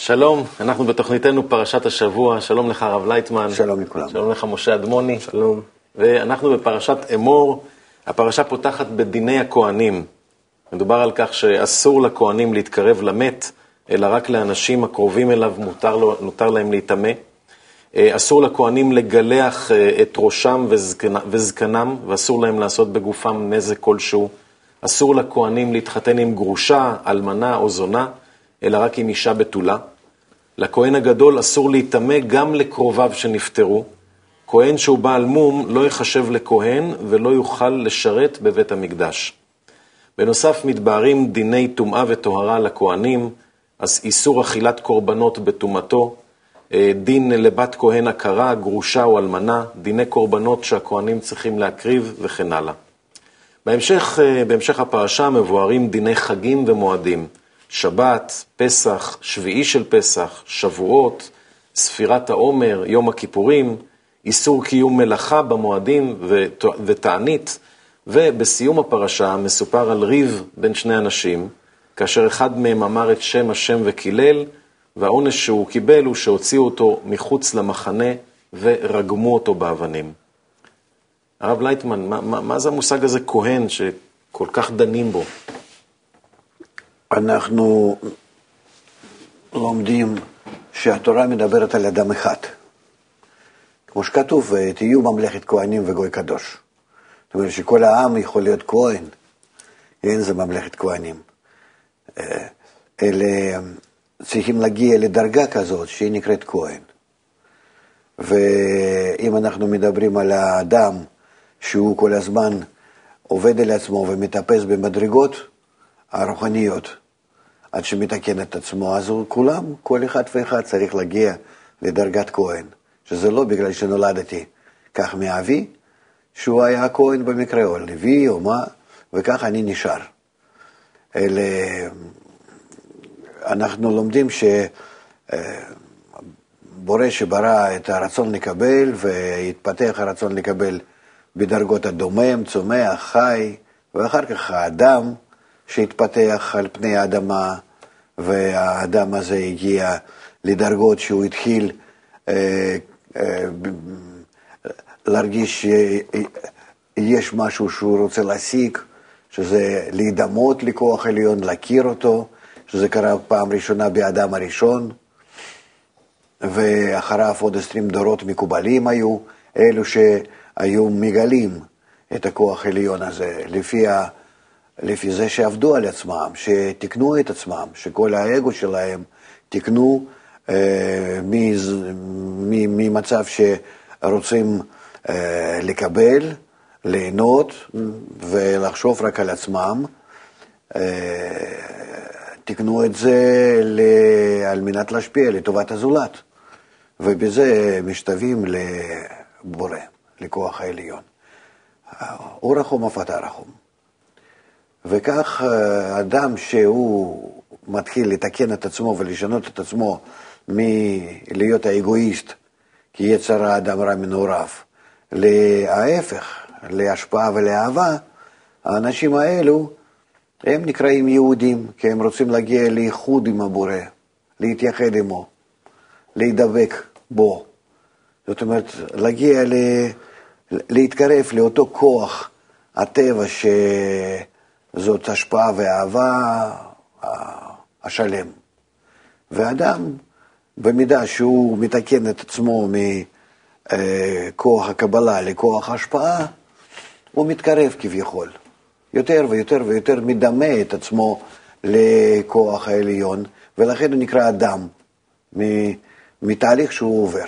שלום, אנחנו בתוכניתנו פרשת השבוע. שלום לך הרב לייטמן. שלום לכולם. שלום לך משה אדמוני. שלום. ואנחנו בפרשת אמור. הפרשה פותחת בדיני הכהנים. מדובר על כך שאסור לכהנים להתקרב למת, אלא רק לאנשים הקרובים אליו נותר להם להתאמה. אסור לכהנים לגלח את ראשם וזקנם, ואסור להם לעשות בגופם נזק כלשהו. אסור לכהנים להתחתן עם גרושה, אלמנה או זונה, אלא רק עם אישה בתולה. לכהן הגדול אסור להתאמה גם לקרוביו שנפטרו. כהן שהוא בעל מום לא יחשב לכהן ולא יוכל לשרת בבית המקדש. בנוסף מתבהרים דיני טומאה וטהרה לכהנים, אז איסור אכילת קורבנות בטומאתו, דין לבת כהן הכרה, גרושה או אלמנה, דיני קורבנות שהכהנים צריכים להקריב וכן הלאה. בהמשך הפרשה מבוארים דיני חגים ומועדים, שבת, פסח, שביעי של פסח, שבועות, ספירת העומר, יום הכיפורים, איסור קיום מלאכה במועדים ותענית, ובסיום הפרשה מסופר על ריב בין שני אנשים, כאשר אחד מהם אמר את שם השם וקילל, והעונש שהוא קיבל הוא שהוציאו אותו מחוץ למחנה ורגמו אותו באבנים. הרב לייטמן, מה זה המושג הזה כהן שכל כך דנים בו? אנחנו לומדים שהתורה מדברת על אדם אחד. כמו שכתוב, תהיו ממלכת כהנים וגוי קדוש. זאת אומרת שכל העם יכול להיות כהן, אין זה ממלכת כהנים. אלה צריכים להגיע לדרגה כזאת שהיא נקראת כהן. ואם אנחנו מדברים על האדם שהוא כל הזמן עובד על עצמו ומטפס במדרגות הרוחניות, עד שמתקן את עצמו, אז כולם, כל אחד ואחד צריך להגיע לדרגת כהן. שזה לא בגלל שנולדתי כך מאבי, שהוא היה כהן במקרה, או לוי, או מה, וכך אני נשאר. אנחנו לומדים שבורא שברא את הרצון לקבל, והתפתח הרצון לקבל בדרגות הדומם, צומח, חי, ואחר כך האדם שהתפתח על פני האדמה, והאדם הזה הגיע לדרגות שהוא התחיל להרגיש שיש משהו שהוא רוצה להשיג, שזה להידמות לכוח עליון, להכיר אותו, שזה קרה פעם ראשונה באדם הראשון, ואחריו עוד 20 דורות מקובלים היו, אלו שהיו מגלים את הכוח העליון הזה, לפי זה שעבדו על עצמם, שתקנו את עצמם, שכל האגו שלהם תקנו ממצב שרוצים לקבל, ליהנות ולחשוב רק על עצמם, תקנו את זה על מנת להשפיע לטובת הזולת, ובזה משתווים לבורא, לכוח העליון. הוא רחום אף אתה רחום. וכך אדם שהוא מתחיל לתקן את עצמו ולשנות את עצמו מלהיות האגואיסט, כי יצר האדם רע מנעוריו, להפך, להשפעה ולאהבה, האנשים האלו הם נקראים יהודים, כי הם רוצים להגיע לאיחוד עם הבורא, להתייחד עמו, להידבק בו. זאת אומרת, להגיע להתקרב לאותו כוח הטבע שזאת השפעה ואהבה השלם. ואדם, במידה שהוא מתקן את עצמו מכוח הקבלה לכוח ההשפעה, הוא מתקרב כביכול. יותר ויותר ויותר מדמה את עצמו לכוח העליון, ולכן הוא נקרא אדם, מתהליך שהוא עובר.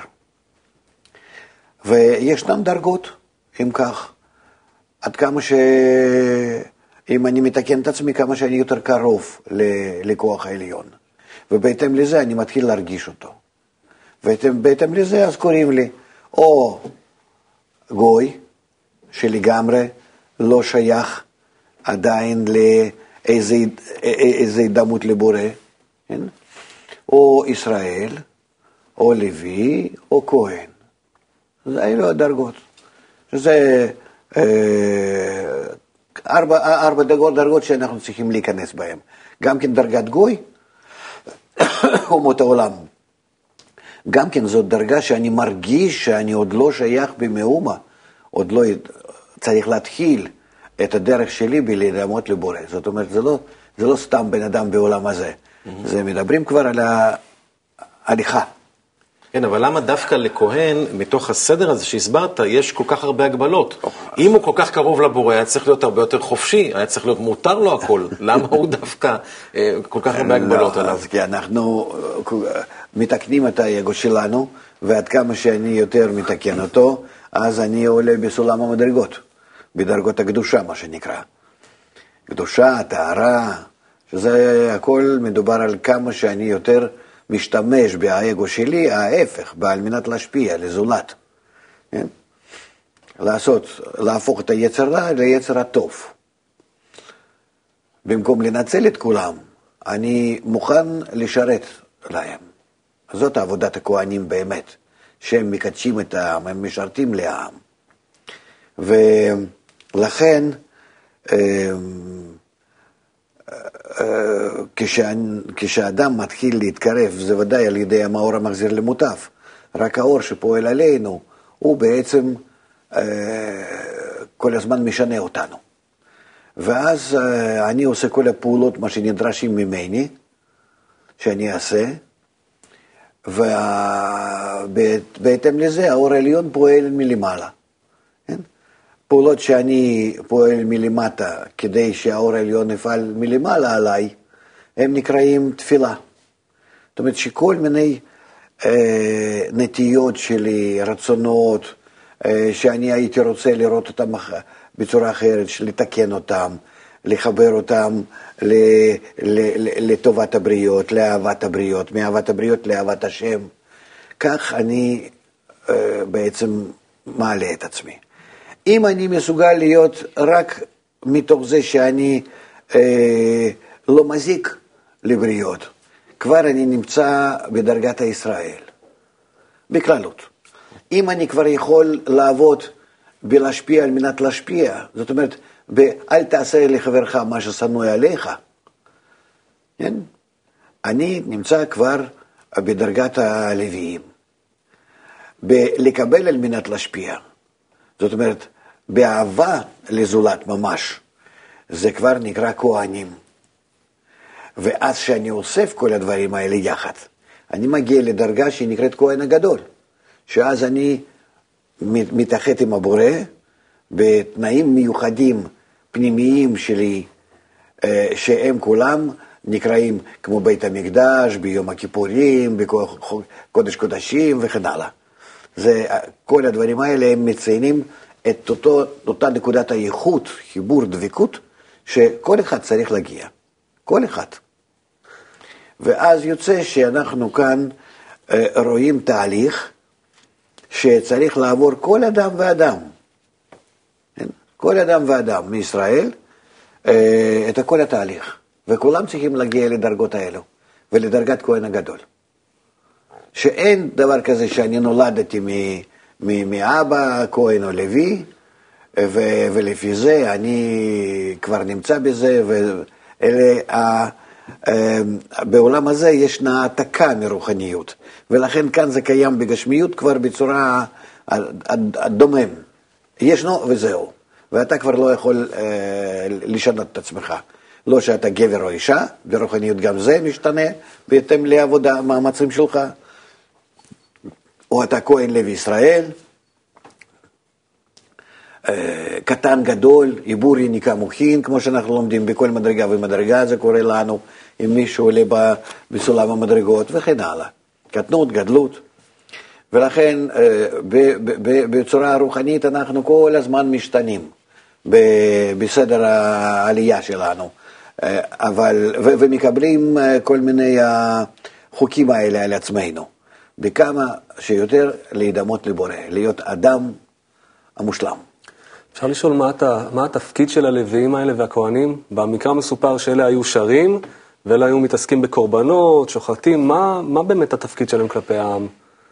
וישנם דרגות, אם כך, עד כמה אם אני מתקן את עצמי, כמה שאני יותר קרוב לכוח העליון. ובהתאם לזה אני מתחיל להרגיש אותו. ובהתאם לזה אז קוראים לי או גוי, שלגמרי לא שייך עדיין לאיזה דמות לבורא, כן? או ישראל, או לוי, או כהן. זה אלו הדרגות. שזה ארבע דרגות שאנחנו צריכים להיכנס בהן. גם כן דרגת גוי, אומות העולם. גם כן זאת דרגה שאני מרגיש שאני עוד לא שייך במאומה, עוד לא צריך להתחיל את הדרך שלי בלהידמות לבורא. זאת אומרת, זה לא סתם בן אדם בעולם הזה. זה מדברים כבר על ההליכה. כן, אבל למה דווקא לכהן, מתוך הסדר הזה שהסברת, יש כל כך הרבה הגבלות? אם הוא כל כך קרוב לבורא, היה צריך להיות הרבה יותר חופשי, היה צריך להיות מותר לו הכל. למה הוא דווקא כל כך הרבה הגבלות עליו? אז כי אנחנו מתקנים את האגו שלנו, ועד כמה שאני יותר מתקן אותו, אז אני עולה בסולם המדרגות, בדרגות הקדושה, מה שנקרא. קדושה, טהרה, שזה הכל מדובר על כמה שאני יותר משתמש באגו שלי, ההפך, על מנת להשפיע, לזולת. כן? להפוך את היצר רע ליצר הטוב. במקום לנצל את כולם, אני מוכן לשרת להם. זאת עבודת הכהנים באמת, שהם מקדשים את העם, הם משרתים לעם. ולכן, כשאדם מתחיל להתקרב, זה ודאי על ידי המאור המחזיר למוטף, רק האור שפועל עלינו, הוא בעצם כל הזמן משנה אותנו. ואז אני עושה כל הפעולות, מה שנדרשים ממני, שאני אעשה, ובהתאם לזה האור העליון פועל מלמעלה. כן? פעולות שאני פועל מלמטה כדי שהאור העליון יפעל מלמעלה עליי, הם נקראים תפילה. זאת אומרת שכל מיני נטיות שלי, רצונות, שאני הייתי רוצה לראות אותם בצורה אחרת, לתקן אותם, לחבר אותם לטובת הבריות, לאהבת הבריות, מאהבת הבריות לאהבת השם. כך אני בעצם מעלה את עצמי. אם אני מסוגל להיות רק מתוך זה שאני לא מזיק לבריות, כבר אני נמצא בדרגת הישראל, בכללות. אם אני כבר יכול לעבוד בלהשפיע על מנת להשפיע, זאת אומרת, אל תעשה לחברך מה ששנוא עליך, כן? אני נמצא כבר בדרגת הלוויים, לקבל על מנת להשפיע. זאת אומרת, באהבה לזולת ממש, זה כבר נקרא כהנים. ואז שאני אוסף כל הדברים האלה יחד, אני מגיע לדרגה שהיא נקראת כהן הגדול, שאז אני מתאחד עם הבורא, בתנאים מיוחדים פנימיים שלי, שהם כולם נקראים כמו בית המקדש, ביום הכיפורים, בקודש קודשים וכן הלאה. כל הדברים האלה הם מציינים את אותה נקודת הייחוד, חיבור, דבקות, שכל אחד צריך להגיע. כל אחד. ואז יוצא שאנחנו כאן רואים תהליך שצריך לעבור כל אדם ואדם. כל אדם ואדם מישראל, את כל התהליך. וכולם צריכים להגיע לדרגות האלו, ולדרגת כהן הגדול. שאין דבר כזה שאני נולדתי מאבא, כהן או לוי, ולפי זה אני כבר נמצא בזה, בעולם הזה יש העתקה מרוחניות, ולכן כאן זה קיים בגשמיות כבר בצורה דומם. ישנו וזהו, ואתה כבר לא יכול לשנות את עצמך. לא שאתה גבר או אישה, ברוחניות גם זה משתנה, בהתאם לעבודה, מאמצים שלך. או אתה כהן לוי ישראל, קטן גדול, עיבור יניקה מוחין, כמו שאנחנו לומדים בכל מדרגה ומדרגה, זה קורה לנו, אם מישהו עולה בסולם המדרגות וכן הלאה. קטנות, גדלות. ולכן בצורה רוחנית אנחנו כל הזמן משתנים בסדר העלייה שלנו, ומקבלים כל מיני חוקים האלה על עצמנו. בכמה שיותר להידמות לבורא, להיות אדם המושלם. אפשר לשאול מה התפקיד של הלוויים האלה והכהנים? במקרא מסופר שאלה היו שרים, ואלה היו מתעסקים בקורבנות, שוחטים. מה באמת התפקיד שלהם כלפי העם?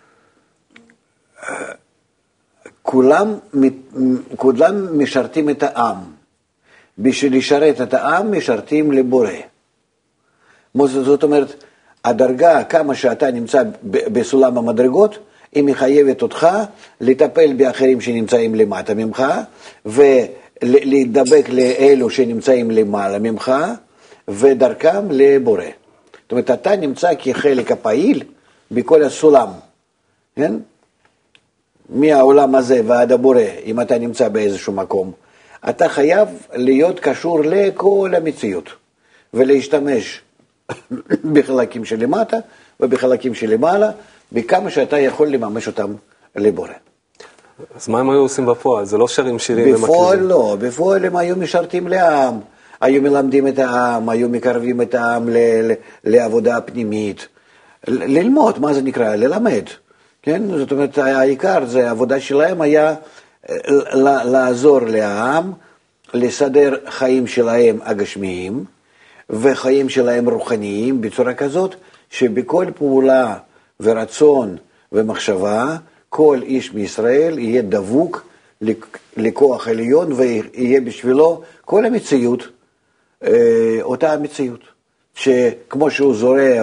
כולם משרתים את העם. בשביל לשרת את העם משרתים לבורא. זאת אומרת, הדרגה, כמה שאתה נמצא בסולם המדרגות, היא מחייבת אותך לטפל באחרים שנמצאים למטה ממך, ולהתדבק לאלו שנמצאים למעלה ממך, ודרכם לבורא. זאת אומרת, אתה נמצא כחלק הפעיל בכל הסולם, כן? מהעולם הזה ועד הבורא, אם אתה נמצא באיזשהו מקום, אתה חייב להיות קשור לכל המציאות, ולהשתמש בחלקים שלמטה ובחלקים שלמעלה, בכמה שאתה יכול לממש אותם לבורא. אז מה הם היו עושים בפועל? זה לא שרים שירים ומקריבים? בפועל לא, בפועל הם היו משרתים לעם, היו מלמדים את העם, היו מקרבים את העם לעבודה פנימית, ללמוד, מה זה נקרא? ללמד, כן? זאת אומרת, העיקר, זה העבודה שלהם היה לעזור לעם, לסדר חיים שלהם הגשמיים, וחיים שלהם רוחניים, בצורה כזאת, שבכל פעולה ורצון ומחשבה, כל איש מישראל יהיה דבוק לכוח עליון, ויהיה בשבילו כל המציאות, אותה המציאות, שכמו שהוא זורע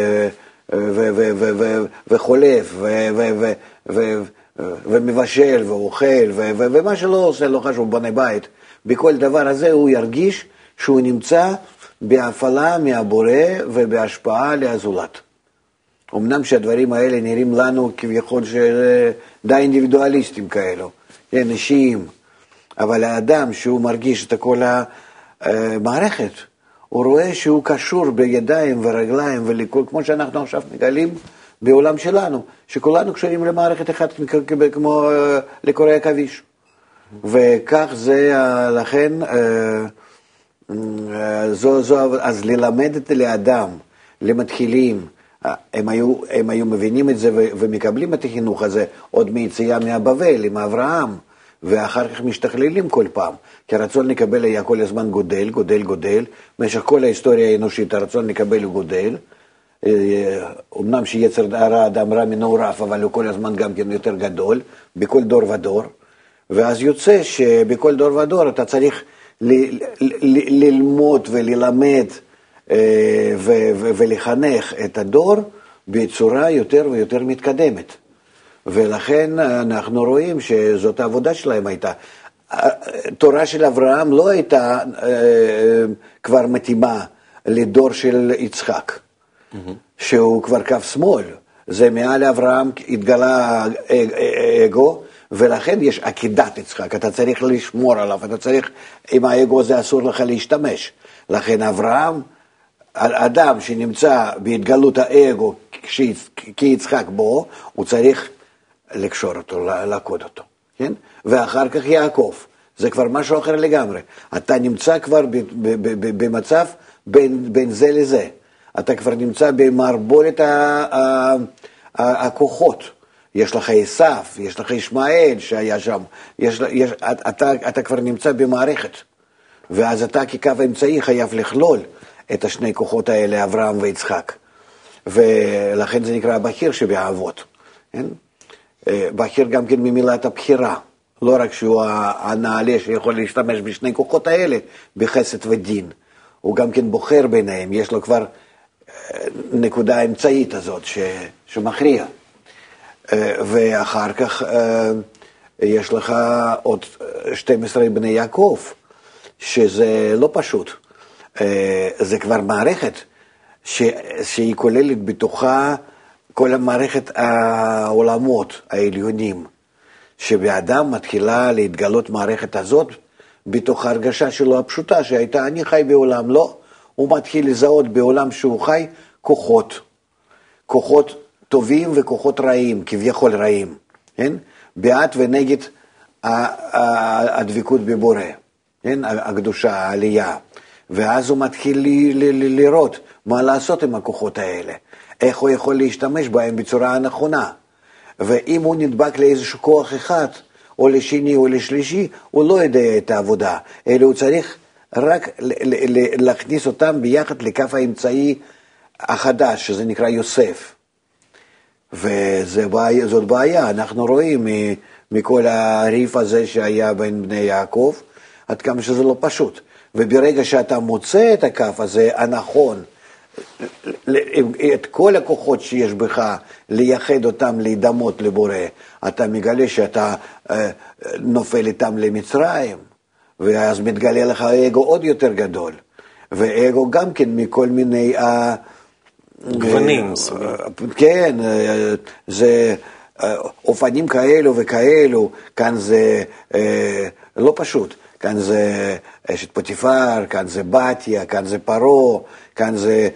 וחולף ומבשל ואוכל ומה שלא עושה, לא חשוב, בונה בית, בכל דבר הזה הוא ירגיש שהוא נמצא בהפעלה מהבורא ובהשפעה להזולת. אמנם שהדברים האלה נראים לנו כביכול די אינדיבידואליסטים כאלו, אנשים, אבל האדם שהוא מרגיש את כל המערכת, הוא רואה שהוא קשור בידיים ורגליים ולכל, כמו שאנחנו עכשיו מגלים בעולם שלנו, שכולנו קשורים למערכת אחת כמו לקורי עכביש. וכך זה, לכן, אז ללמד את האדם, למתחילים, הם היו מבינים את זה ומקבלים את החינוך הזה עוד מיציאה מהבבל עם אברהם, ואחר כך משתכללים כל פעם, כי הרצון לקבל היה כל הזמן גודל, גודל, גודל, במשך כל ההיסטוריה האנושית הרצון לקבל הוא גודל, אמנם שיצר הרע אדם רע מנעוריו, אבל הוא כל הזמן גם כן יותר גדול, בכל דור ודור, ואז יוצא שבכל דור ודור אתה צריך ללמוד וללמד ולחנך את הדור בצורה יותר ויותר מתקדמת. ולכן אנחנו רואים שזאת העבודה שלהם הייתה. התורה של אברהם לא הייתה כבר מתאימה לדור של יצחק, שהוא כבר קו שמאל. זה מעל אברהם התגלה אגו, ולכן יש עקידת יצחק, אתה צריך לשמור עליו, אתה צריך, עם האגו הזה אסור לך להשתמש. לכן אברהם, אדם שנמצא בהתגלות האגו כיצחק בו, הוא צריך לקשור אותו, לעקוד אותו, כן? ואחר כך יעקב, זה כבר משהו אחר לגמרי. אתה נמצא כבר במצב בין זה לזה. אתה כבר נמצא במערבולת הכוחות. יש לך עשיו, יש לך ישמעאל שהיה שם, אתה כבר נמצא במערכת, ואז אתה כקו האמצעי חייב לכלול את השני כוחות האלה, אברהם ויצחק, ולכן זה נקרא הבכיר שבאבות, כן? בכיר גם כן ממילת הבחירה, לא רק שהוא הנעלה שיכול להשתמש בשני כוחות האלה, בחסד ודין, הוא גם כן בוחר ביניהם, יש לו כבר נקודה האמצעית הזאת שמכריע. ואחר כך יש לך עוד 12 בני יעקב, שזה לא פשוט. זה כבר מערכת שהיא כוללת בתוכה כל המערכת העולמות העליונים, שבאדם מתחילה להתגלות מערכת הזאת בתוך ההרגשה שלו הפשוטה שהייתה אני חי בעולם, לא, הוא מתחיל לזהות בעולם שהוא חי כוחות טובים וכוחות רעים, כביכול רעים, כן? בעד ונגד הדבקות בבורא, כן? הקדושה, העלייה. ואז הוא מתחיל לראות מה לעשות עם הכוחות האלה, איך הוא יכול להשתמש בהם בצורה הנכונה. ואם הוא נדבק לאיזשהו כוח אחד, או לשני או לשלישי, הוא לא יודע את העבודה, אלא הוא צריך רק להכניס אותם ביחד לקו האמצעי החדש, שזה נקרא יוסף. וזאת בעיה, אנחנו רואים מכל הריב הזה שהיה בין בני יעקב, עד כמה שזה לא פשוט. וברגע שאתה מוצא את הקו הזה הנכון, את כל הכוחות שיש בך, לייחד אותם, להידמות לבורא, אתה מגלה שאתה נופל איתם למצרים, ואז מתגלה לך אגו עוד יותר גדול, ואגו גם כן מכל מיני גוונים. כן, זה אופנים כאלו וכאלו, כאן זה לא פשוט, כאן זה אשת פוטיפר, כאן זה בתיה, כאן זה פרו, כאן זה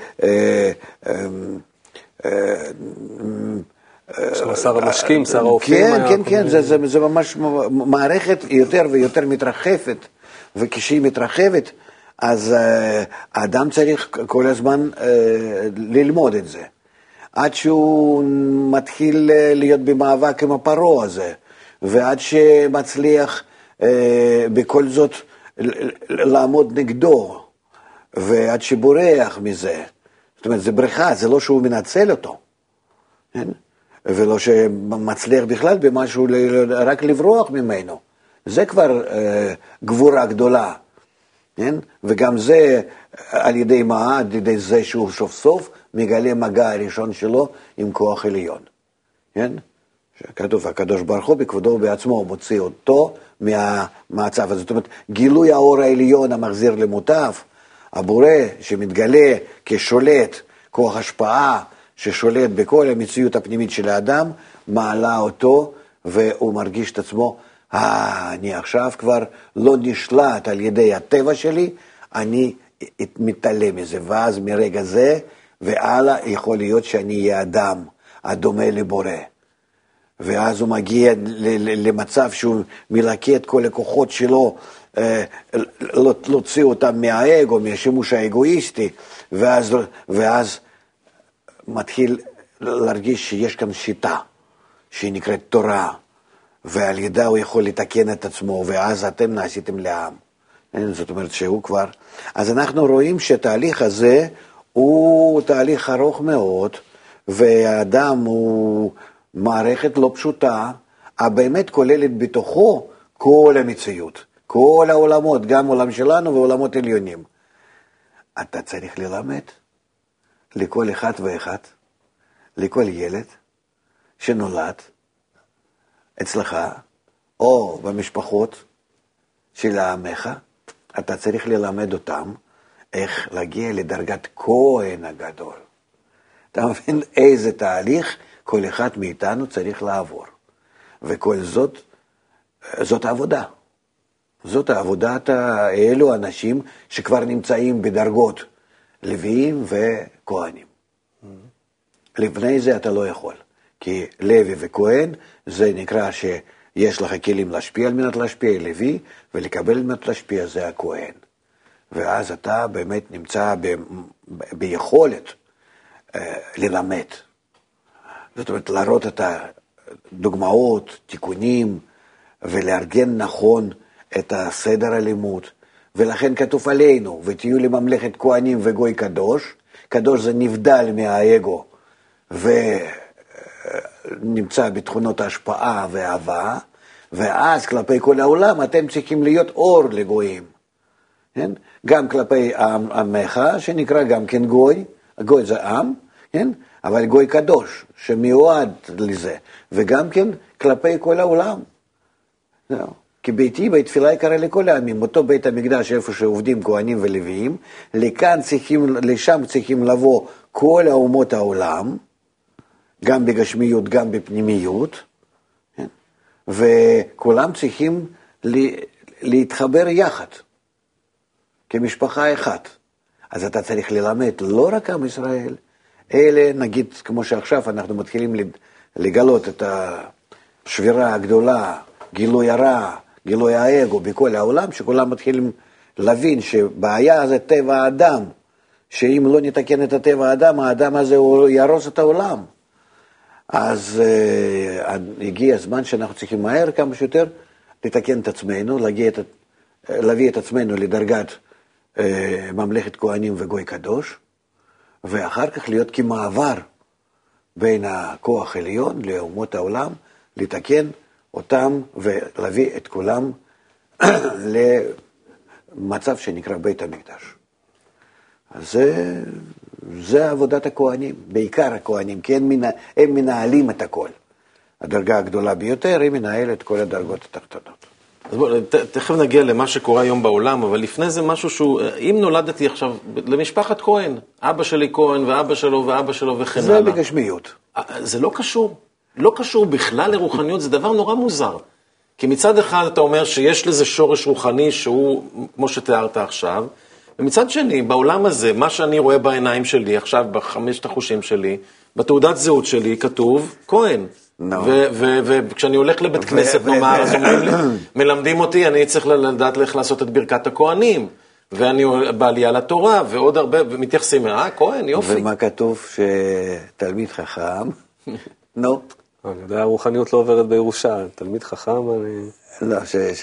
שר המשקים, שר האופים. כן, כן, זה ממש מערכת יותר ויותר מתרחבת, וכשהיא מתרחבת, אז האדם צריך כל הזמן ללמוד את זה, עד שהוא מתחיל להיות במאבק עם הפרו הזה, ועד שמצליח בכל זאת לעמוד נגדו, ועד שבורח מזה. זאת אומרת, זה בריחה, זה לא שהוא מנצל אותו, כן? ולא שמצליח בכלל במשהו רק לברוח ממנו. זה כבר גבורה גדולה, כן? וגם זה על ידי מה? על ידי זה שהוא סוף סוף מגלה מגע הראשון שלו עם כוח עליון, כן? כתוב, הקדוש ברוך הוא בכבודו ובעצמו מוציא אותו מהמצב הזה. זאת אומרת, גילוי האור העליון המחזיר למוטב, הבורא שמתגלה כשולט, כוח השפעה ששולט בכל המציאות הפנימית של האדם, מעלה אותו והוא מרגיש את עצמו, אני עכשיו כבר לא נשלט על ידי הטבע שלי, אני מתעלם מזה, ואז מרגע זה והלאה יכול להיות שאני אהיה אדם הדומה לבורא. ואז הוא מגיע למצב שהוא מלקה את כל הכוחות שלו, להוציא אותם מהאגו, מהשימוש האגואיסטי, ואז מתחיל להרגיש שיש כאן שיטה, שהיא נקראת תורה, ועל ידה הוא יכול לתקן את עצמו, ואז אתם נעשיתם לעם. זאת אומרת שהוא כבר... אז אנחנו רואים שהתהליך הזה הוא תהליך ארוך מאוד, והאדם הוא מערכת לא פשוטה, הבאמת כוללת בתוכו כל המציאות, כל העולמות, גם עולם שלנו ועולמות עליונים. אתה צריך ללמד לכל אחד ואחד, לכל ילד שנולד אצלך, או במשפחות של עמך, אתה צריך ללמד אותם איך להגיע לדרגת כהן הגדול. אתה מבין איזה תהליך כל אחד מאיתנו צריך לעבור. וכל זאת העבודה. זאת העבודת אלו אנשים שכבר נמצאים בדרגות לוויים וכהנים. לפני זה אתה לא יכול. כי לוי וכהן זה נקרא שיש לך כלים להשפיע על מנת להשפיע לוי, ולקבל על מנת להשפיע זה הכהן. ואז אתה באמת נמצא ביכולת ללמד. זאת אומרת, להראות את הדוגמאות, תיקונים, ולארגן נכון את הסדר הלימוד. ולכן כתוב עלינו, ותהיו לממלכת כהנים וגוי קדוש. קדוש זה נבדל מהאגו, ונמצא בתכונות ההשפעה והאהבה, ואז כלפי כל העולם אתם צריכים להיות אור לגויים. כן? גם כלפי עמך, שנקרא גם כן גוי, הגוי זה עם, כן? אבל גוי קדוש, שמיועד לזה, וגם כן כלפי כל העולם. כי ביתי, בית תפילה יקרא לכל העמים, אותו בית המקדש איפה שעובדים כהנים ולוויים, לשם צריכים לבוא כל האומות העולם, גם בגשמיות, גם בפנימיות, כן? וכולם צריכים להתחבר יחד, כמשפחה אחת. אז אתה צריך ללמד לא רק עם ישראל, אלה נגיד כמו שעכשיו אנחנו מתחילים לגלות את השבירה הגדולה, גילוי הרע, גילוי האגו בכל העולם, שכולם מתחילים להבין שבעיה זה טבע האדם, שאם לא נתקן את הטבע האדם, האדם הזה הוא ירוס את העולם. אז הגיע הזמן שאנחנו צריכים מהר כמה שיותר לתקן את עצמנו, להביא את עצמנו לדרגת ממלכת כהנים וגוי קדוש, ואחר כך להיות כמעבר בין הכוח העליון לאומות העולם, לתקן אותם ולהביא את כולם למצב שנקרא בית המקדש. אז זה עבודת הכהנים, בעיקר הכהנים, כי הם מנהלים את הכל. הדרגה הגדולה ביותר היא מנהלת כל הדרגות התחתונות. אז בואו, תכף נגיע למה שקורה היום בעולם, אבל לפני זה משהו שהוא, אם נולדתי עכשיו למשפחת כהן, אבא שלי כהן ואבא שלו ואבא שלו וכן הלאה. זה בגשמיות. זה לא קשור, לא קשור בכלל לרוחניות, זה דבר נורא מוזר. כי מצד אחד אתה אומר שיש לזה שורש רוחני שהוא, כמו שתיארת עכשיו, ומצד שני, בעולם הזה, מה שאני רואה בעיניים שלי, עכשיו בחמשת החושים שלי, בתעודת זהות שלי כתוב כהן. וכשאני הולך לבית כנסת, נאמר, אז אומרים לי, מלמדים אותי, אני צריך לדעת איך לעשות את ברכת הכהנים, ואני בעלייה לתורה, ועוד הרבה, ומתייחסים, כהן, יופי. ומה כתוב שתלמיד חכם? נו. אני יודע, הרוחניות לא עוברת בירושה, תלמיד חכם, אני... לא,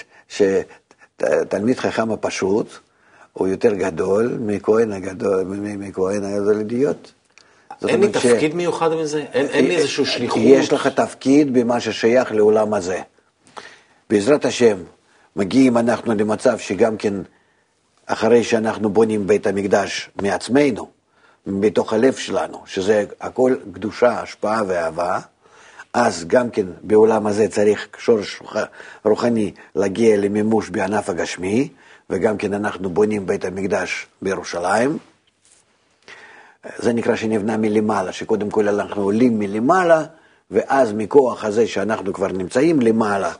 שתלמיד חכם הפשוט, הוא יותר גדול מכהן הגדול לדיוט. אין לי תפקיד מיוחד בזה? אין לי איזשהו שליחות? יש לך תפקיד במה ששייך לעולם הזה. בעזרת השם, מגיעים אנחנו למצב שגם כן, אחרי שאנחנו בונים בית המקדש מעצמנו, בתוך הלב שלנו, שזה הכל קדושה, השפעה ואהבה, אז גם כן בעולם הזה צריך שורש רוחני להגיע למימוש בענף הגשמי, וגם כן אנחנו בונים בית המקדש בירושלים. זה נקרא שנבנה מלמעלה, שקודם כל אנחנו עולים מלמעלה, ואז מכוח הזה שאנחנו כבר נמצאים למעלה,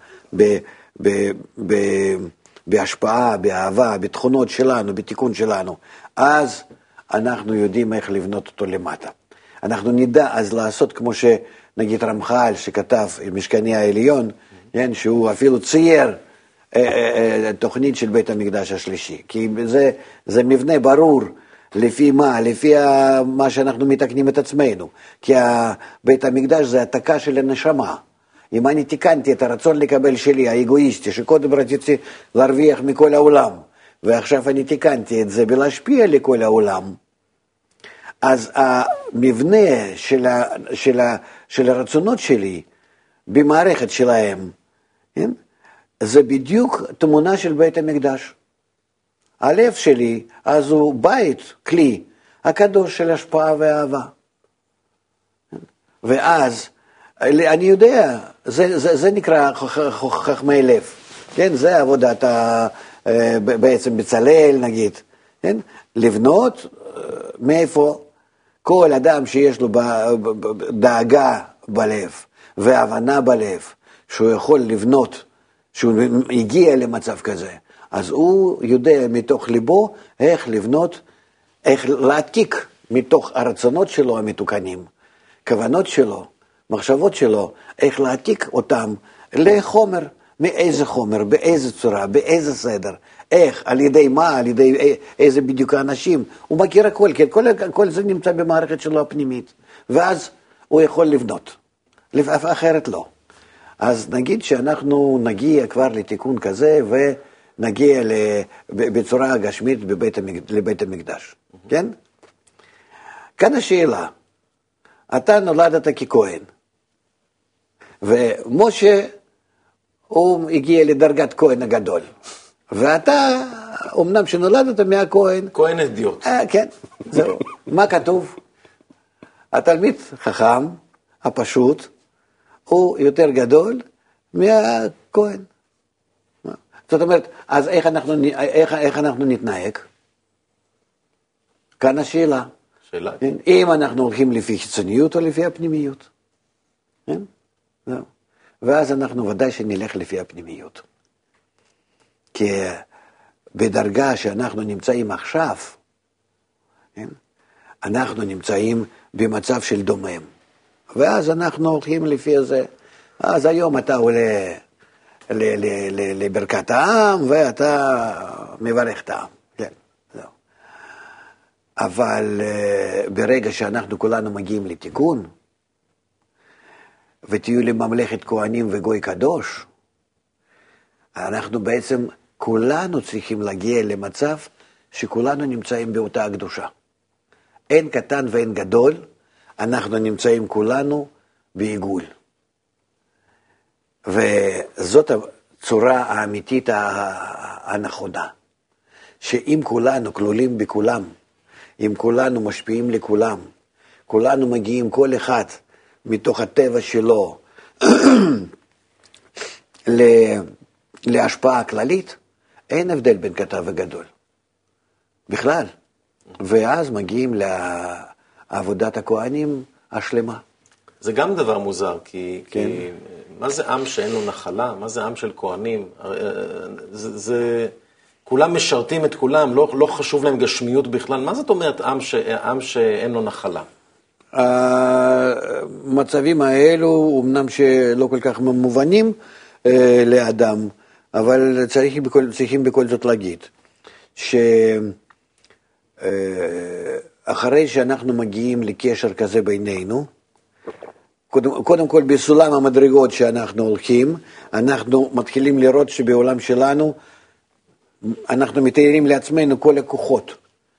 בהשפעה, באהבה, בתכונות שלנו, בתיקון שלנו, אז אנחנו יודעים איך לבנות אותו למטה. אנחנו נדע אז לעשות כמו שנגיד רמח"ל שכתב משכני העליון, כן, שהוא אפילו צייר תוכנית של בית המקדש השלישי, כי זה מבנה ברור, לפי מה? לפי מה שאנחנו מתקנים את עצמנו. כי בית המקדש זה התקה של הנשמה. אם אני תיקנתי את הרצון לקבל שלי, האגואיסטי, שקודם רציתי להרוויח מכל העולם, ועכשיו אני תיקנתי את זה ולהשפיע לכל העולם, אז המבנה של הרצונות שלי במערכת שלהם, כן? זה בדיוק תמונה של בית המקדש. הלב שלי, אז הוא בית, כלי, הקדוש של השפעה ואהבה. ואז, אני יודע, זה נקרא חכמי לב, כן? זה עבודת בעצם בצלאל, נגיד, כן? לבנות, מאיפה? כל אדם שיש לו דאגה בלב, והבנה בלב, שהוא יכול לבנות, שהוא הגיע למצב כזה, אז הוא יודע מתוך ליבו איך לבנות, איך להעתיק מתוך הרצונות שלו המתוקנים, כוונות שלו, מחשבות שלו, איך להעתיק אותם לחומר, מאיזה חומר, באיזה צורה, באיזה סדר, איך, על ידי מה, על ידי איזה בדיוק האנשים, הוא מכיר הכל, כי כל זה נמצא במערכת שלו הפנימית, ואז הוא יכול לבנות, אחרת לא. אז נגיד שאנחנו נגיע כבר לתיקון כזה, ונגיע בצורה גשמית לבית המקדש, כן? כאן השאלה, אתה נולדת ככהן, ומשה הוא הגיע לדרגת כהן הגדול, ואתה, אמנם שנולדת מהכהן, כהן אדיוט. כן, זהו. מה כתוב? התלמיד חכם, הפשוט, הוא יותר גדול מהכהן. זאת אומרת, אז איך אנחנו נתנהג? כאן השאלה. שאלה. אם אנחנו הולכים לפי חיצוניות או לפי הפנימיות. זהו. ואז אנחנו ודאי שנלך לפי הפנימיות. כי בדרגה שאנחנו נמצאים עכשיו, אנחנו נמצאים במצב של דומם. ואז אנחנו הולכים לפי זה. אז היום אתה עולה לברכת העם, ואתה מברך את העם. כן, זהו. אבל ברגע שאנחנו כולנו מגיעים לתיקון, ותהיו לממלכת כהנים וגוי קדוש, אנחנו בעצם כולנו צריכים להגיע למצב שכולנו נמצאים באותה הקדושה. אין קטן ואין גדול, אנחנו נמצאים כולנו בעיגול. וזאת הצורה האמיתית הנכונה, שאם כולנו כלולים בכולם, אם כולנו משפיעים לכולם, כולנו מגיעים כל אחד מתוך הטבע שלו להשפעה כללית, אין הבדל בין קטן וגדול. בכלל. ואז מגיעים לעבודת הכהנים השלמה. זה גם דבר מוזר, כי מה זה עם שאין לו נחלה? מה זה עם של כהנים? כולם משרתים את כולם, לא חשוב להם גשמיות בכלל. מה זאת אומרת עם שאין לו נחלה? המצבים האלו, אמנם שלא כל כך מובנים לאדם, אבל צריכים בכל זאת להגיד, שאחרי שאנחנו מגיעים לקשר כזה בינינו, קודם כל בסולם המדרגות שאנחנו הולכים, אנחנו מתחילים לראות שבעולם שלנו, אנחנו מתארים לעצמנו כל הכוחות,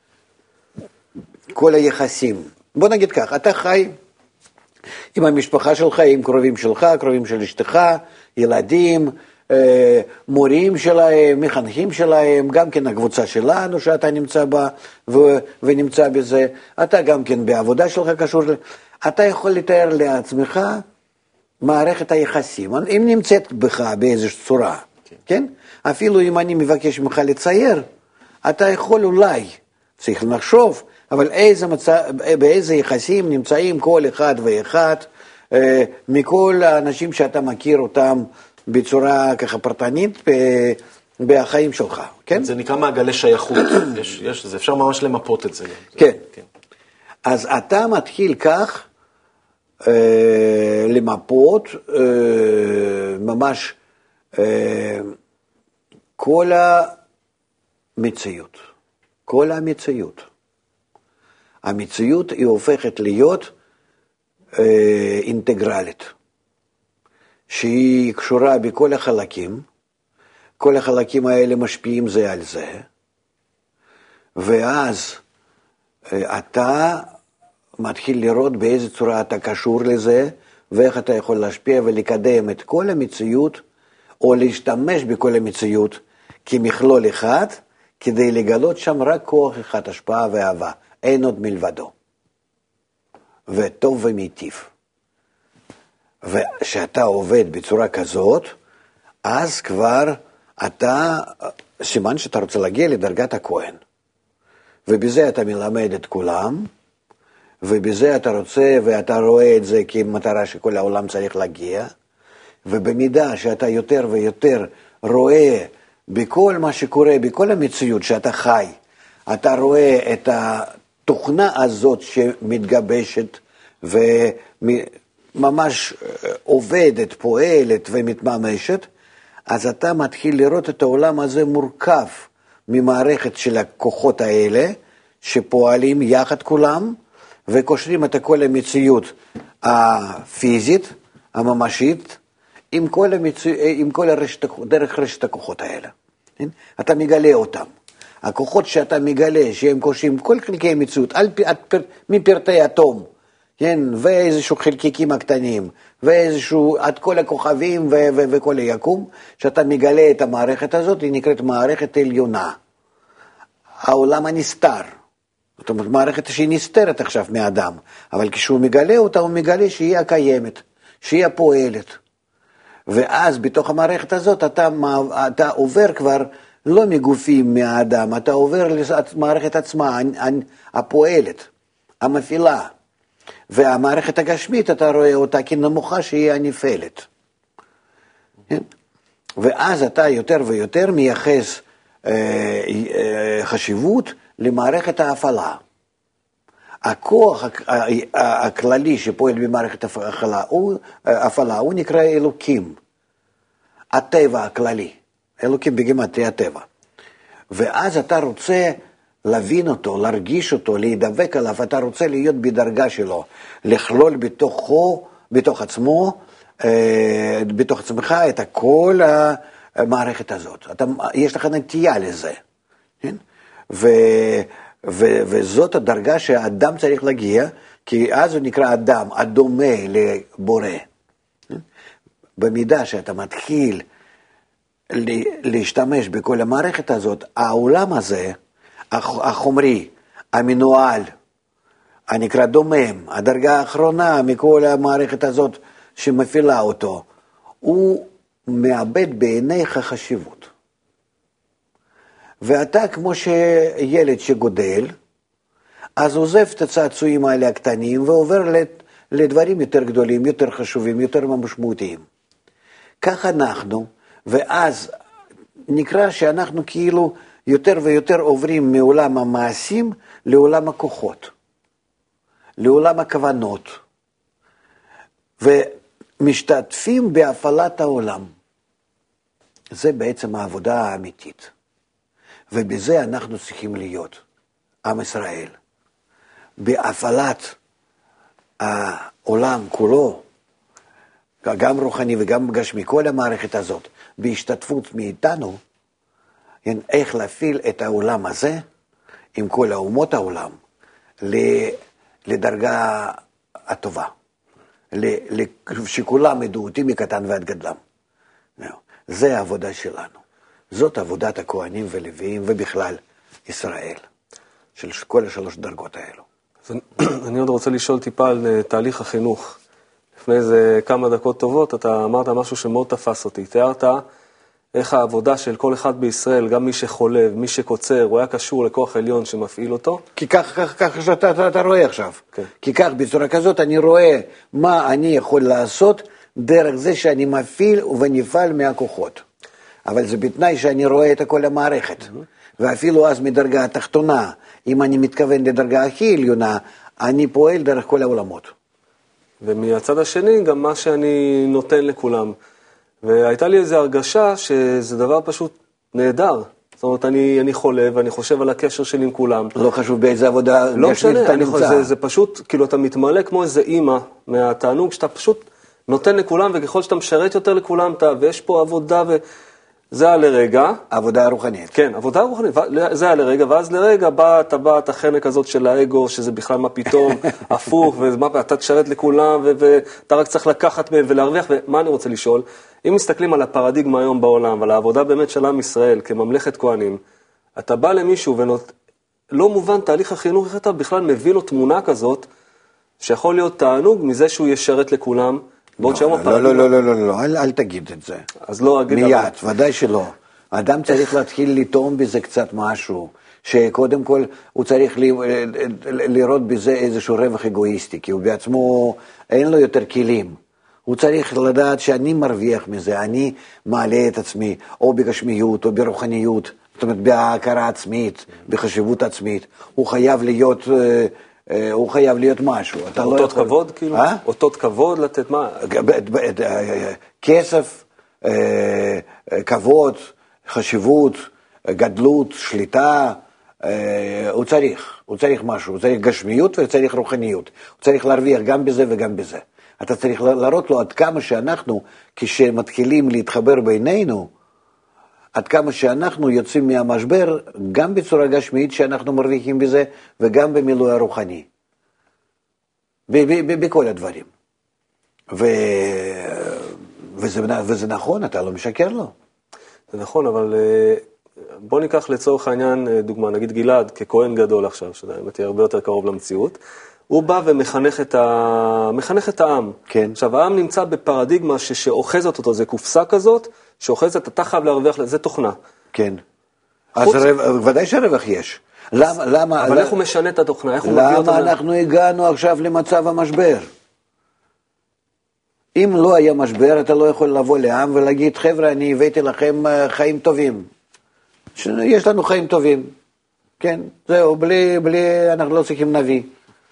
כל היחסים. בוא נגיד כך, אתה חי עם המשפחה שלך, עם קרובים שלך, קרובים של אשתך, ילדים, מורים שלהם, מחנכים שלהם, גם כן הקבוצה שלנו שאתה נמצא בה ונמצא בזה, אתה גם כן בעבודה שלך קשור, אתה יכול לתאר לעצמך מערכת היחסים, אם נמצאת בך באיזושהי צורה, כן? אפילו אם אני מבקש ממך לצייר, אתה יכול אולי, צריך לחשוב, אבל באיזה יחסים נמצאים כל אחד ואחד, מכל האנשים שאתה מכיר אותם בצורה ככה פרטנית בחיים שלך, כן? זה נקרא מעגלי שייכות, זה אפשר ממש למפות את זה. כן. אז אתה מתחיל כך למפות ממש כל המציאות, כל המציאות. המציאות היא הופכת להיות אינטגרלית, שהיא קשורה בכל החלקים, כל החלקים האלה משפיעים זה על זה, ואז אתה מתחיל לראות באיזה צורה אתה קשור לזה, ואיך אתה יכול להשפיע ולקדם את כל המציאות, או להשתמש בכל המציאות כמכלול אחד, כדי לגלות שם רק כוח אחד, השפעה ואהבה, אין עוד מלבדו. וטוב ומיטיב. וכשאתה עובד בצורה כזאת, אז כבר אתה, סימן שאתה רוצה להגיע לדרגת הכהן. ובזה אתה מלמד את כולם, ובזה אתה רוצה, ואתה רואה את זה כמטרה שכל העולם צריך להגיע, ובמידה שאתה יותר ויותר רואה בכל מה שקורה, בכל המציאות שאתה חי, אתה רואה את התוכנה הזאת שמתגבשת וממש עובדת, פועלת ומתממשת, אז אתה מתחיל לראות את העולם הזה מורכב ממערכת של הכוחות האלה, שפועלים יחד כולם, וקושרים את כל המציאות הפיזית, הממשית, עם כל דרך רשת הכוחות האלה. אתה מגלה אותם. הכוחות שאתה מגלה, שהם קושרים כל חלקי המציאות, מפרטי אטום, כן? ואיזשהו חלקיקים הקטנים, עד כל הכוכבים וכל היקום, שאתה מגלה את המערכת הזאת, היא נקראת מערכת עליונה. העולם הנסתר. זאת אומרת, מערכת שהיא נסתרת עכשיו מאדם, אבל כשהוא מגלה אותה, הוא מגלה שהיא הקיימת, שהיא הפועלת. ואז בתוך המערכת הזאת אתה עובר כבר לא מגופים מהאדם, אתה עובר למערכת עצמה, הפועלת, המפעילה. והמערכת הגשמית, אתה רואה אותה כנמוכה שהיא הנפעלת. ואז אתה יותר ויותר מייחס חשיבות למערכת ההפעלה. הכוח הכללי שפועל במערכת ההפעלה הוא נקרא אלוקים, הטבע הכללי, אלוקים בגימטריה הטבע. ואז אתה רוצה להבין אותו, להרגיש אותו, להידבק עליו, אתה רוצה להיות בדרגה שלו, לכלול בתוך עצמך את כל המערכת הזאת. יש לך נטייה לזה. כן? וזאת הדרגה שהאדם צריך להגיע, כי אז הוא נקרא אדם, הדומה לבורא. במידה שאתה מתחיל להשתמש בכל המערכת הזאת, העולם הזה, החומרי, המנוהל, הנקרא דומם, הדרגה האחרונה מכל המערכת הזאת שמפעילה אותו, הוא מאבד בעיניך חשיבות. ואתה כמו שילד שגודל, אז עוזב את הצעצועים האלה הקטנים ועובר לדברים יותר גדולים, יותר חשובים, יותר משמעותיים. כך אנחנו, ואז נקרא שאנחנו כאילו יותר ויותר עוברים מעולם המעשים לעולם הכוחות, לעולם הכוונות, ומשתתפים בהפעלת העולם. זה בעצם העבודה האמיתית. ובזה אנחנו צריכים להיות, עם ישראל. בהפעלת העולם כולו, גם רוחני וגם גשמי, כל המערכת הזאת, בהשתתפות מאיתנו, איך להפעיל את העולם הזה, עם כל אומות העולם, לדרגה הטובה. שכולם ידעו אותי מקטן ועד גדלם. זה העבודה שלנו. זאת עבודת הכהנים ולוויים ובכלל ישראל, של כל השלוש דרגות האלו. אני עוד רוצה לשאול טיפה על תהליך החינוך. לפני איזה כמה דקות טובות, אתה אמרת משהו שמאוד תפס אותי. תיארת איך העבודה של כל אחד בישראל, גם מי שחולב, מי שקוצר, הוא היה קשור לכוח עליון שמפעיל אותו. כי כך שאתה רואה עכשיו. כן. כי כך בצורה כזאת אני רואה מה אני יכול לעשות דרך זה שאני מפעיל ונפעל מהכוחות. אבל זה בתנאי שאני רואה את כל המערכת. ואפילו אז מדרגה התחתונה, אם אני מתכוון לדרגה הכי עליונה, אני פועל דרך כל העולמות. ומהצד השני, גם מה שאני נותן לכולם. והייתה לי איזו הרגשה שזה דבר פשוט נהדר. זאת אומרת, אני חולה ואני חושב על הקשר שלי עם כולם. לא חשוב באיזה עבודה לא גשמית אתה נמצא. זה פשוט, כאילו אתה מתמלא כמו איזה אימא מהתענוג, שאתה פשוט נותן לכולם, וככל שאתה משרת יותר לכולם, ויש פה עבודה זה היה לרגע. עבודה רוחנית. כן, עבודה רוחנית. זה היה לרגע, ואז לרגע באה את החנק הזאת של האגו, שזה בכלל מה פתאום, הפוך, ואתה תשרת לכולם, ואתה רק צריך לקחת מהם ולהרוויח, ומה אני רוצה לשאול? אם מסתכלים על הפרדיגמה היום בעולם, ועל העבודה באמת של עם ישראל, כממלכת כהנים, אתה בא למישהו לא מובן תהליך החינוך, איך אתה בכלל מביא לו תמונה כזאת, שיכול להיות תענוג מזה שהוא ישרת לכולם, לא, אל תגיד את זה. אז לא אגיד. מיד, ודאי שלא. האדם צריך להתחיל לטעום בזה קצת משהו, שקודם כל הוא צריך לראות בזה איזשהו רווח אגואיסטי, כי הוא בעצמו אין לו יותר כלים. הוא צריך לדעת שאני מרוויח מזה, אני מעלה את עצמי, או בגשמיות, או ברוחניות, זאת אומרת, בהכרה עצמית, בחשיבות עצמית. הוא חייב להיות משהו. אותות כבוד, כאילו? אותות כבוד לתת מה? כסף, כבוד, חשיבות, גדלות, שליטה, הוא צריך משהו, הוא צריך גשמיות וצריך רוחניות. הוא צריך להרוויח גם בזה וגם בזה. אתה צריך להראות לו עד כמה שאנחנו, כשמתחילים להתחבר בינינו, עד כמה שאנחנו יוצאים מהמשבר, גם בצורה גשמית שאנחנו מרוויחים בזה, וגם במילוי הרוחני. בכל הדברים. וזה נכון, אתה לא משקר לו. זה נכון, אבל בוא ניקח לצורך העניין דוגמה, נגיד גלעד, ככהן גדול עכשיו, שזה באמת הרבה יותר קרוב למציאות, הוא בא ומחנך את העם. כן. עכשיו, העם נמצא בפרדיגמה שאוחזת אותו, זה קופסה כזאת, שאוחזת, אתה חייב להרוויח, זה תוכנה. כן. אז ודאי שהרווח יש. למה? אבל איך הוא משנה את התוכנה? איך הוא מביא אותה? למה אנחנו הגענו עכשיו למצב המשבר? אם לא היה משבר, אתה לא יכול לבוא לעם ולהגיד, חבר'ה, אני הבאתי לכם חיים טובים. יש לנו חיים טובים. כן, זהו, בלי אנחנו לא צריכים נביא.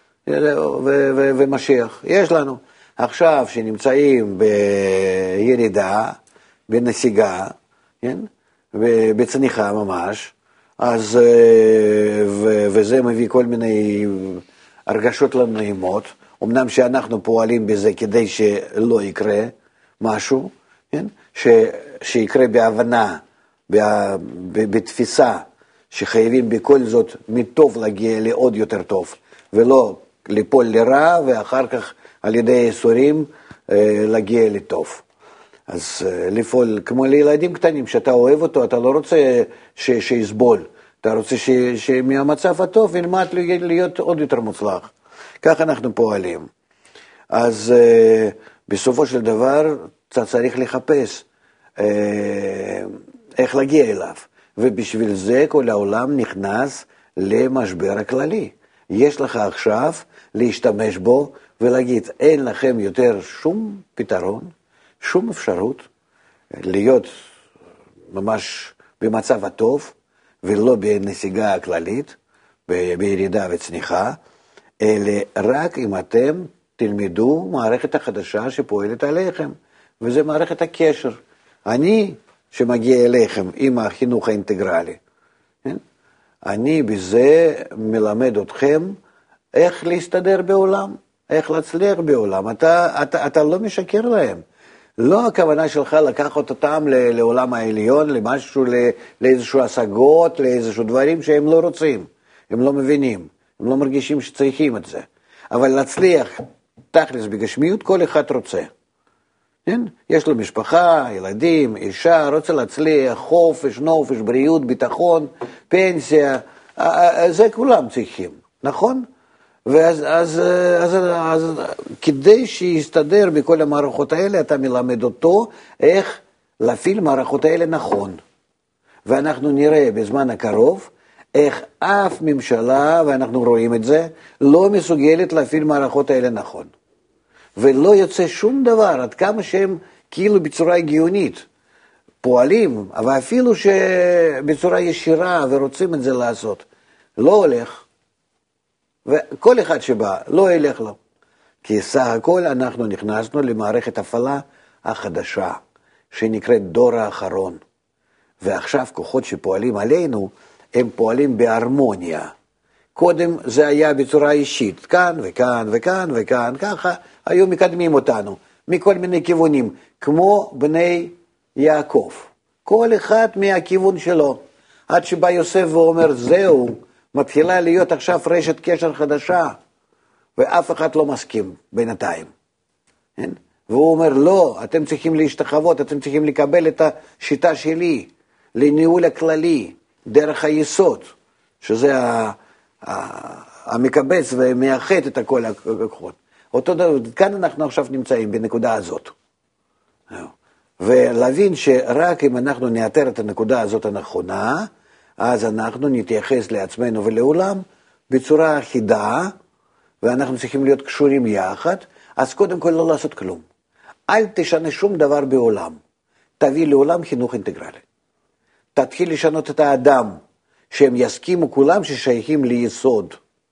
ומשיח. יש לנו. עכשיו שנמצאים בירידה, בנסיגה, כן? בצניחה ממש, אז, וזה מביא כל מיני הרגשות לא נעימות, אמנם שאנחנו פועלים בזה כדי שלא יקרה משהו, כן? שיקרה בהבנה, בתפיסה, שחייבים בכל זאת מטוב להגיע לעוד יותר טוב, ולא ליפול לרע, ואחר כך על ידי איסורים להגיע לטוב. אז לפעול כמו לילדים קטנים, שאתה אוהב אותו, אתה לא רוצה שיסבול. אתה רוצה שמהמצב הטוב ילמד להיות עוד יותר מוצלח. כך אנחנו פועלים. אז בסופו של דבר אתה צריך לחפש איך להגיע אליו. ובשביל זה כל העולם נכנס למשבר הכללי. יש לך עכשיו להשתמש בו ולהגיד, אין לכם יותר שום פתרון, שום אפשרות להיות ממש במצב הטוב, ולא בנסיגה הכללית, בירידה וצניחה, אלא רק אם אתם תלמדו מערכת החדשה שפועלת עליכם, וזה מערכת הקשר. אני שמגיע אליכם עם החינוך האינטגרלי, אני בזה מלמד אתכם איך להסתדר בעולם, איך להצליח בעולם. אתה לא משקר להם. לא הכוונה שלך לקחת אותם לעולם העליון, למשהו, לאיזשהו השגות, לאיזשהו דברים שהם לא רוצים, הם לא מבינים, הם לא מרגישים שצריכים את זה. אבל להצליח תכלס בגשמיות כל אחד רוצה. כן? יש לו משפחה, ילדים, אישה, רוצה להצליח, חופש, נופש, בריאות, ביטחון, פנסיה, זה כולם צריכים, נכון? אז כדי שיסתדר בכל המערכות האלה, אתה מלמד אותו איך להפעיל מערכות האלה נכון. ואנחנו נראה בזמן הקרוב איך אף ממשלה, ואנחנו רואים את זה, לא מסוגלת להפעיל מערכות האלה נכון. ולא יוצא שום דבר, עד כמה שהם כאילו בצורה הגיונית פועלים, אבל אפילו שבצורה ישירה ורוצים את זה לעשות, לא הולך. וכל אחד שבא, לא ילך לו. כי סך הכל אנחנו נכנסנו למערכת הפעלה החדשה, שנקראת דור האחרון. ועכשיו כוחות שפועלים עלינו, הם פועלים בהרמוניה. קודם זה היה בצורה אישית, כאן וכאן וכאן וכאן, ככה היו מקדמים אותנו, מכל מיני כיוונים, כמו בני יעקב. כל אחד מהכיוון שלו, עד שבא יוסף ואומר, זהו, מתחילה להיות עכשיו רשת קשר חדשה, ואף אחד לא מסכים בינתיים. והוא אומר, לא, אתם צריכים להשתחוות, אתם צריכים לקבל את השיטה שלי, לניהול הכללי, דרך היסוד, שזה המקבץ ומאחד את הכל הכוחות. אותו דבר, כאן אנחנו עכשיו נמצאים בנקודה הזאת. ולהבין שרק אם אנחנו נאתר את הנקודה הזאת הנכונה, אז אנחנו נתייחס לעצמנו ולעולם בצורה אחידה, ואנחנו צריכים להיות קשורים יחד, אז קודם כל לא לעשות כלום. אל תשנה שום דבר בעולם. תביא לעולם חינוך אינטגרלי. תתחיל לשנות את האדם, שהם יסכימו כולם ששייכים ליסוד.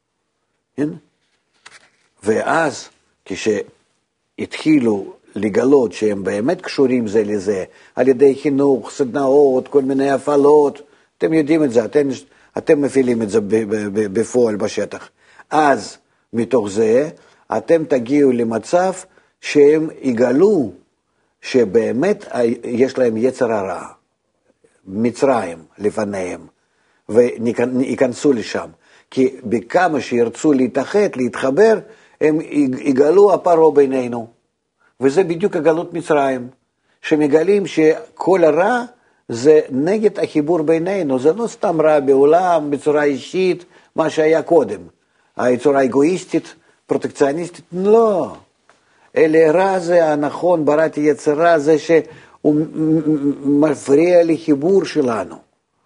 ואז כשהתחילו לגלות שהם באמת קשורים זה לזה, על ידי חינוך, סדנאות, כל מיני הפעלות, אתם יודעים את זה, אתם מפעילים את זה בפועל בשטח. אז מתוך זה אתם תגיעו למצב שהם יגלו שבאמת יש להם יצר הרע, מצרים לפניהם, ויכנסו לשם. כי בכמה שירצו להתאחד, להתחבר, הם יגלו הפרעה בינינו. וזה בדיוק הגלות מצרים, שמגלים שכל הרע זה נגד החיבור בינינו, זה לא סתם רע בעולם, בצורה אישית, מה שהיה קודם. הצורה אגואיסטית, פרוטקציוניסטית, לא. אלא רע זה הנכון, בראתי יצרה, זה שהוא מפריע לחיבור שלנו.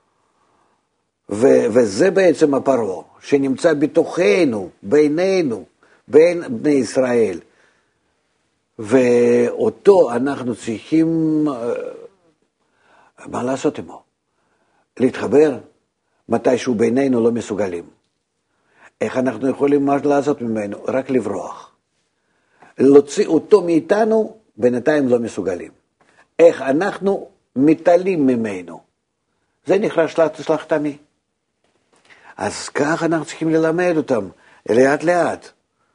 וזה בעצם הפרעה, שנמצא בתוכנו, בינינו, בין בני ישראל. ואותו אנחנו צריכים, מה לעשות עמו? להתחבר מתישהו בינינו לא מסוגלים. איך אנחנו יכולים מה לעשות ממנו? רק לברוח. להוציא אותו מאיתנו, בינתיים לא מסוגלים. איך אנחנו מתעלים ממנו? זה נקרא שלחתמי. אז כך אנחנו צריכים ללמד אותם, לאט לאט.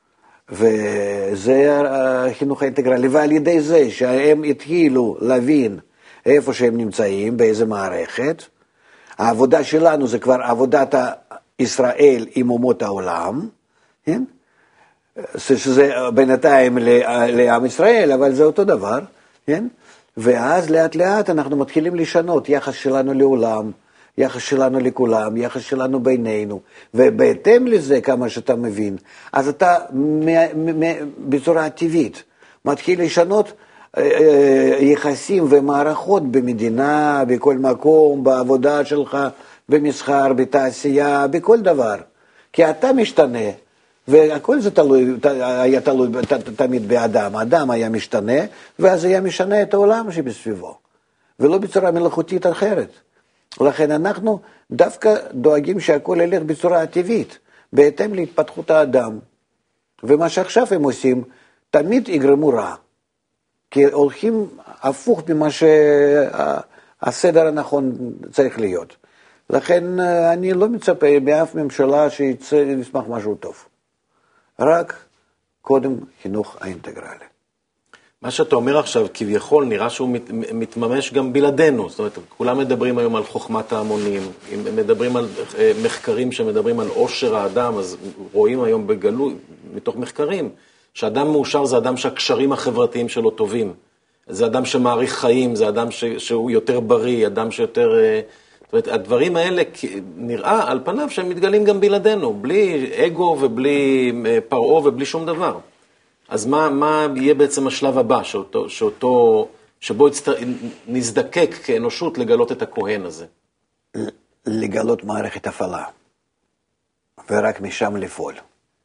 וזה החינוך האינטגרלי, ועל ידי זה שהם התחילו להבין איפה שהם נמצאים, באיזה מערכת, העבודה שלנו זה כבר עבודת ישראל עם אומות העולם, כן? שזה בינתיים לעם ישראל, אבל זה אותו דבר, כן? ואז לאט לאט אנחנו מתחילים לשנות יחס שלנו לעולם, יחס שלנו לכולם, יחס שלנו בינינו, ובהתאם לזה, כמה שאתה מבין, אז אתה בצורה טבעית מתחיל לשנות יחסים ומערכות במדינה, בכל מקום, בעבודה שלך, במסחר, בתעשייה, בכל דבר. כי אתה משתנה, והכל זה היה תלוי תמיד באדם. האדם היה משתנה, ואז היה משנה את העולם שבסביבו, ולא בצורה מלאכותית אחרת. לכן אנחנו דווקא דואגים שהכל ילך בצורה טבעית, בהתאם להתפתחות האדם. ומה שעכשיו הם עושים, תמיד יגרמו רע. כי הולכים הפוך ממה שהסדר הנכון צריך להיות. לכן אני לא מצפה באף ממשלה שיצא לסמך משהו טוב. רק קודם חינוך האינטגרלי. מה שאתה אומר עכשיו, כביכול, נראה שהוא מתממש גם בלעדינו. זאת אומרת, כולם מדברים היום על חוכמת ההמונים, מדברים על מחקרים שמדברים על עושר האדם, אז רואים היום בגלוי, מתוך מחקרים, שאדם מאושר זה אדם שהקשרים החברתיים שלו טובים. זה אדם שמעריך חיים, זה אדם שהוא יותר בריא, אדם שיותר... זאת אומרת, הדברים האלה נראה על פניו שהם מתגלים גם בלעדינו, בלי אגו ובלי פרעה ובלי שום דבר. אז מה יהיה בעצם השלב הבא, שבו נזדקק כאנושות לגלות את הכהן הזה? לגלות מערכת הפעלה, ורק משם לפעול.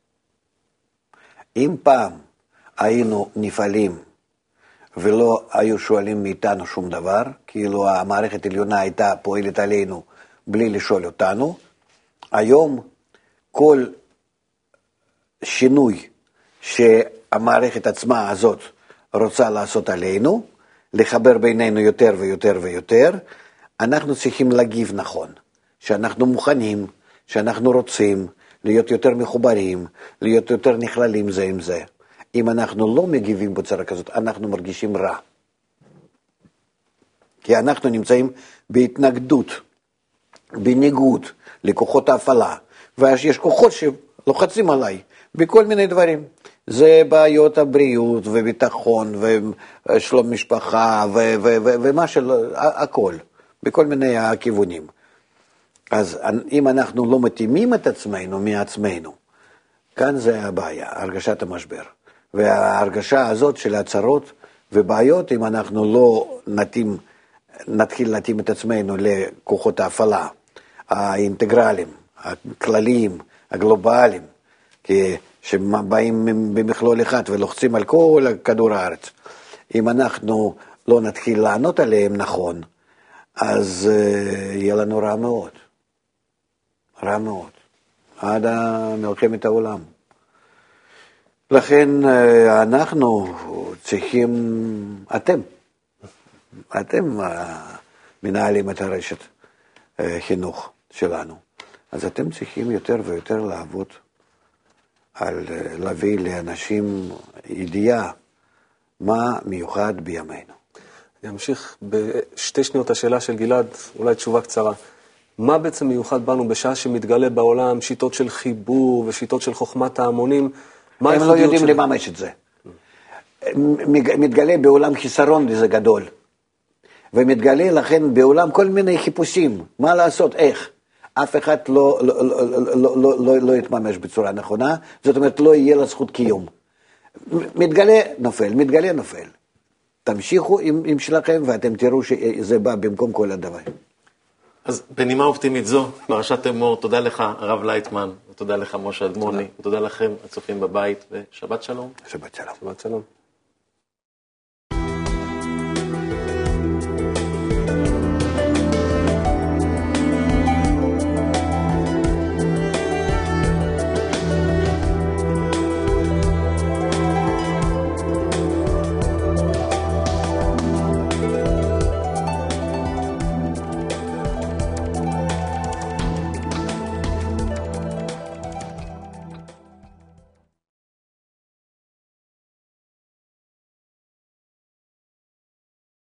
אם פעם היינו נפעלים ולא היו שואלים מאיתנו שום דבר, כאילו המערכת העליונה הייתה פועלת עלינו בלי לשאול אותנו, היום כל שינוי שהמערכת עצמה הזאת רוצה לעשות עלינו, לחבר בינינו יותר ויותר ויותר, אנחנו צריכים להגיב נכון, שאנחנו מוכנים, שאנחנו רוצים, להיות יותר מחוברים, להיות יותר נכללים זה עם זה. אם אנחנו לא מגיבים בצורה כזאת, אנחנו מרגישים רע. כי אנחנו נמצאים בהתנגדות, בניגוד לכוחות ההפעלה, ויש כוחות שלוחצים עליי בכל מיני דברים. זה בעיות הבריאות וביטחון ושלום משפחה ומה הכל, בכל מיני הכיוונים. אז אם אנחנו לא מתאימים את עצמנו מעצמנו, כאן זה הבעיה, הרגשת המשבר. וההרגשה הזאת של הצרות ובעיות, אם אנחנו לא נתחיל להתאים את עצמנו לכוחות ההפעלה, האינטגרליים, הכלליים, הגלובליים, שבאים במכלול אחד ולוחצים על כל כדור הארץ. אם אנחנו לא נתחיל לענות עליהם נכון, אז יהיה לנו רע מאוד. רע מאוד. עד מלחמת העולם. לכן אנחנו צריכים, אתם מנהלים את הרשת חינוך שלנו. אז אתם צריכים יותר ויותר לעבוד על להביא לאנשים ידיעה מה מיוחד בימינו. אני אמשיך בשתי שניות השאלה של גלעד, אולי תשובה קצרה. מה בעצם מיוחד בנו בשעה שמתגלה בעולם שיטות של חיבור ושיטות של חוכמת ההמונים? הם לא יודעים לממש את זה. מתגלה בעולם חיסרון זה גדול. ומתגלה לכן בעולם כל מיני חיפושים. מה לעשות, איך? אף אחד לא יתממש בצורה נכונה, זאת אומרת לא יהיה לה זכות קיום. מתגלה נופל, מתגלה נופל. תמשיכו עם שלכם ואתם תראו שזה בא במקום כל הדבר. אז בנימה אופטימית זו, פרשת אמור, תודה לך הרב לייטמן, ותודה לך משה אדמוני, ותודה לכם הצופים בבית, ושבת שלום. שבת שלום. שבת שלום.